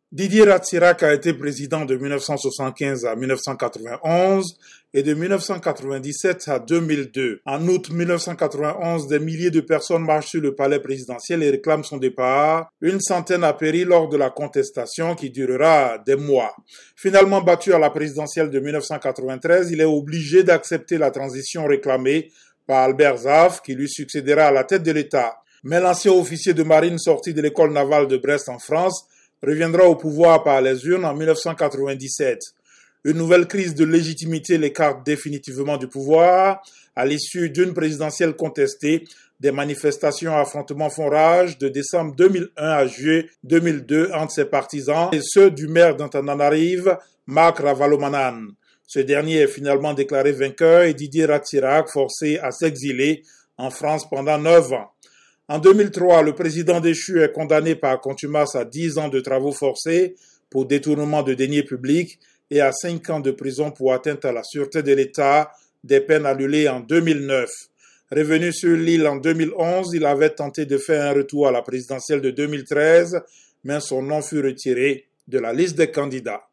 Didier Ratsirac a été président de 1975 à 1991 et de 1997 à 2002. En août 1991, des milliers de personnes marchent sur le palais présidentiel et réclament son départ. Une centaine a péri lors de la contestation qui durera des mois. Finalement battu à la présidentielle de 1993, il est obligé d'accepter la transition réclamée par Albert Zaf, qui lui succédera à la tête de l'État. Mais l'ancien officier de marine sorti de l'école navale de Brest en France reviendra au pouvoir par les urnes en 1997. Une nouvelle crise de légitimité l'écarte définitivement du pouvoir. À l'issue d'une présidentielle contestée, des manifestations et affrontements font rage de décembre 2001 à juillet 2002 entre ses partisans et ceux du maire d'Antananarive, Marc Ravalomanane. Ce dernier est finalement déclaré vainqueur et Didier Ratsirac forcé à s'exiler en France pendant 9 ans. En 2003, le président déchu est condamné par contumace à 10 ans de travaux forcés pour détournement de deniers publics et à 5 ans de prison pour atteinte à la sûreté de l'État, des peines annulées en 2009. Revenu sur l'île en 2011, il avait tenté de faire un retour à la présidentielle de 2013, mais son nom fut retiré de la liste des candidats.